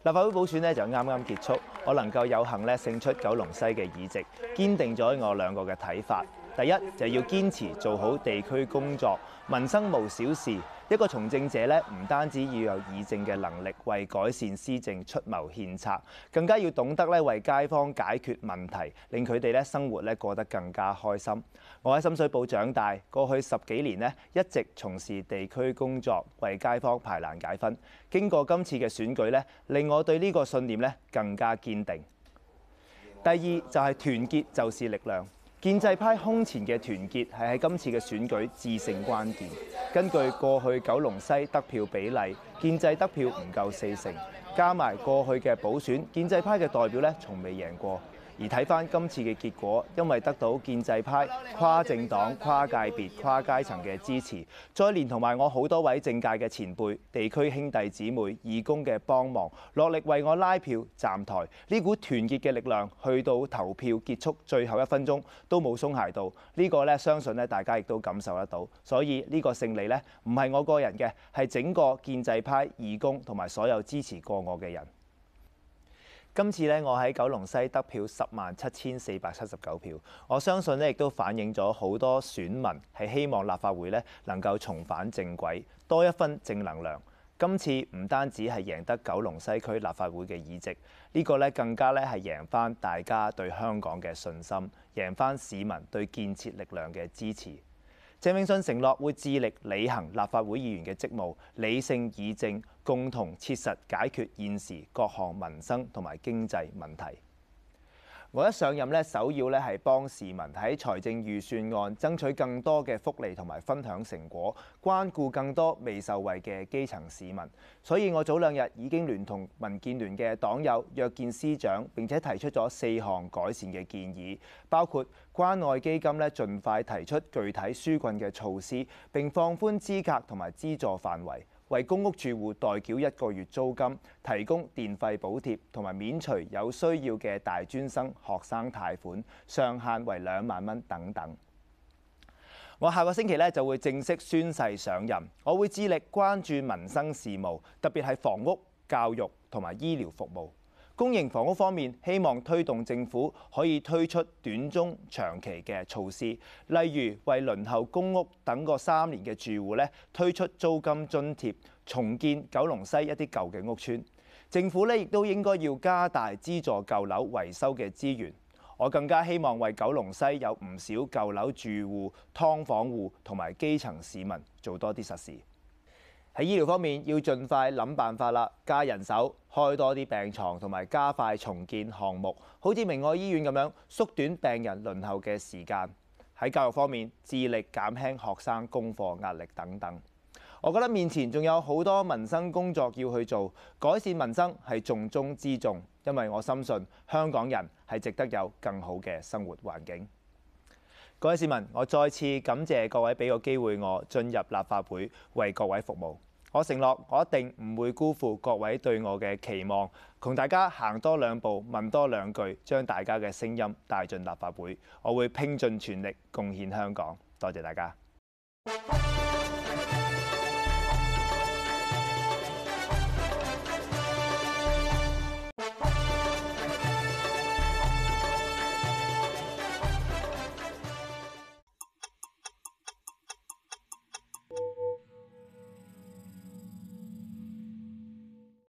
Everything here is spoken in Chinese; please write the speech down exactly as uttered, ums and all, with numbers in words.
立法會補選咧就啱啱結束，我能夠有幸咧勝出九龍西嘅議席，堅定咗我兩個嘅睇法。第一就係要堅持做好地區工作，民生無小事。一個從政者咧，唔單止要有議政嘅能力，為改善施政出謀獻策，更加要懂得咧為街坊解決問題，令佢哋咧生活咧過得更加開心。我喺深水埗長大，過去十幾年咧一直從事地區工作，為街坊排難解紛。經過今次嘅選舉咧，令我對呢個信念咧更加堅定。第二就係團結就是力量。建制派空前嘅團結係喺今次嘅選舉致勝關鍵。根據過去九龍西得票比例，建制得票唔夠四成，加埋過去嘅補選，建制派嘅代表咧從未贏過。而睇翻今次嘅結果，因為得到建制派跨政黨、跨界別、跨階層嘅支持，再連同埋我好多位政界嘅前輩、地區兄弟姊妹、義工嘅幫忙，落力為我拉票站台，呢股團結嘅力量，去到投票結束最後一分鐘都冇鬆懈到。呢個咧相信咧大家亦都感受得到。所以呢個勝利咧唔係我個人嘅，係整個建制派義工同埋所有支持過我嘅人。今次咧，我喺九龍西得票十萬七千四百七十九票，我相信咧亦都反映咗好多選民係希望立法會咧能夠重返正軌，多一分正能量。今次唔單止係贏得九龍西區立法會嘅議席，呢個咧更加咧係贏翻大家對香港嘅信心，贏翻市民對建設力量嘅支持。鄭泳舜承諾會致力履行立法會議員嘅職務，理性議政，共同切實解決現時各項民生同埋經濟問題。我一上任咧，首要咧係幫市民喺財政預算案爭取更多嘅福利同埋分享成果，關顧更多未受惠嘅基層市民。所以我早兩日已經聯同民建聯嘅黨友約見司長，並且提出咗四項改善嘅建議，包括關愛基金咧盡快提出具體紓困嘅措施，並放寬資格同埋資助範圍。為公屋住戶代繳一個月租金，提供電費補貼，同埋免除有需要嘅大專生學生貸款，上限為兩萬蚊等等。我下個星期咧就會正式宣誓上任，我會致力關注民生事務，特別係房屋、教育同埋醫療服務。公營房屋方面，希望推動政府可以推出短中長期嘅措施，例如為輪候公屋等個三年嘅住戶咧推出租金津貼，重建九龍西一啲舊嘅屋邨。政府咧亦都應該要加大資助舊樓維修嘅資源。我更加希望為九龍西有唔少舊樓住戶、劏房戶同埋基層市民做多啲實事。喺醫療方面，要盡快諗辦法啦，加人手，開多啲病床，同埋加快重建項目，好似明愛醫院咁樣縮短病人輪候嘅時間。喺教育方面，致力減輕學生功課壓力等等。我覺得面前仲有好多民生工作要去做，改善民生係重中之重，因為我深信香港人係值得有更好嘅生活環境。各位市民，我再次感謝各位俾個機會我進入立法會為各位服務。我承諾我一定唔會辜負各位對我嘅期望，同大家行多兩步，問多兩句，將大家嘅聲音帶進立法會。我會拼盡全力貢獻香港。多謝大家。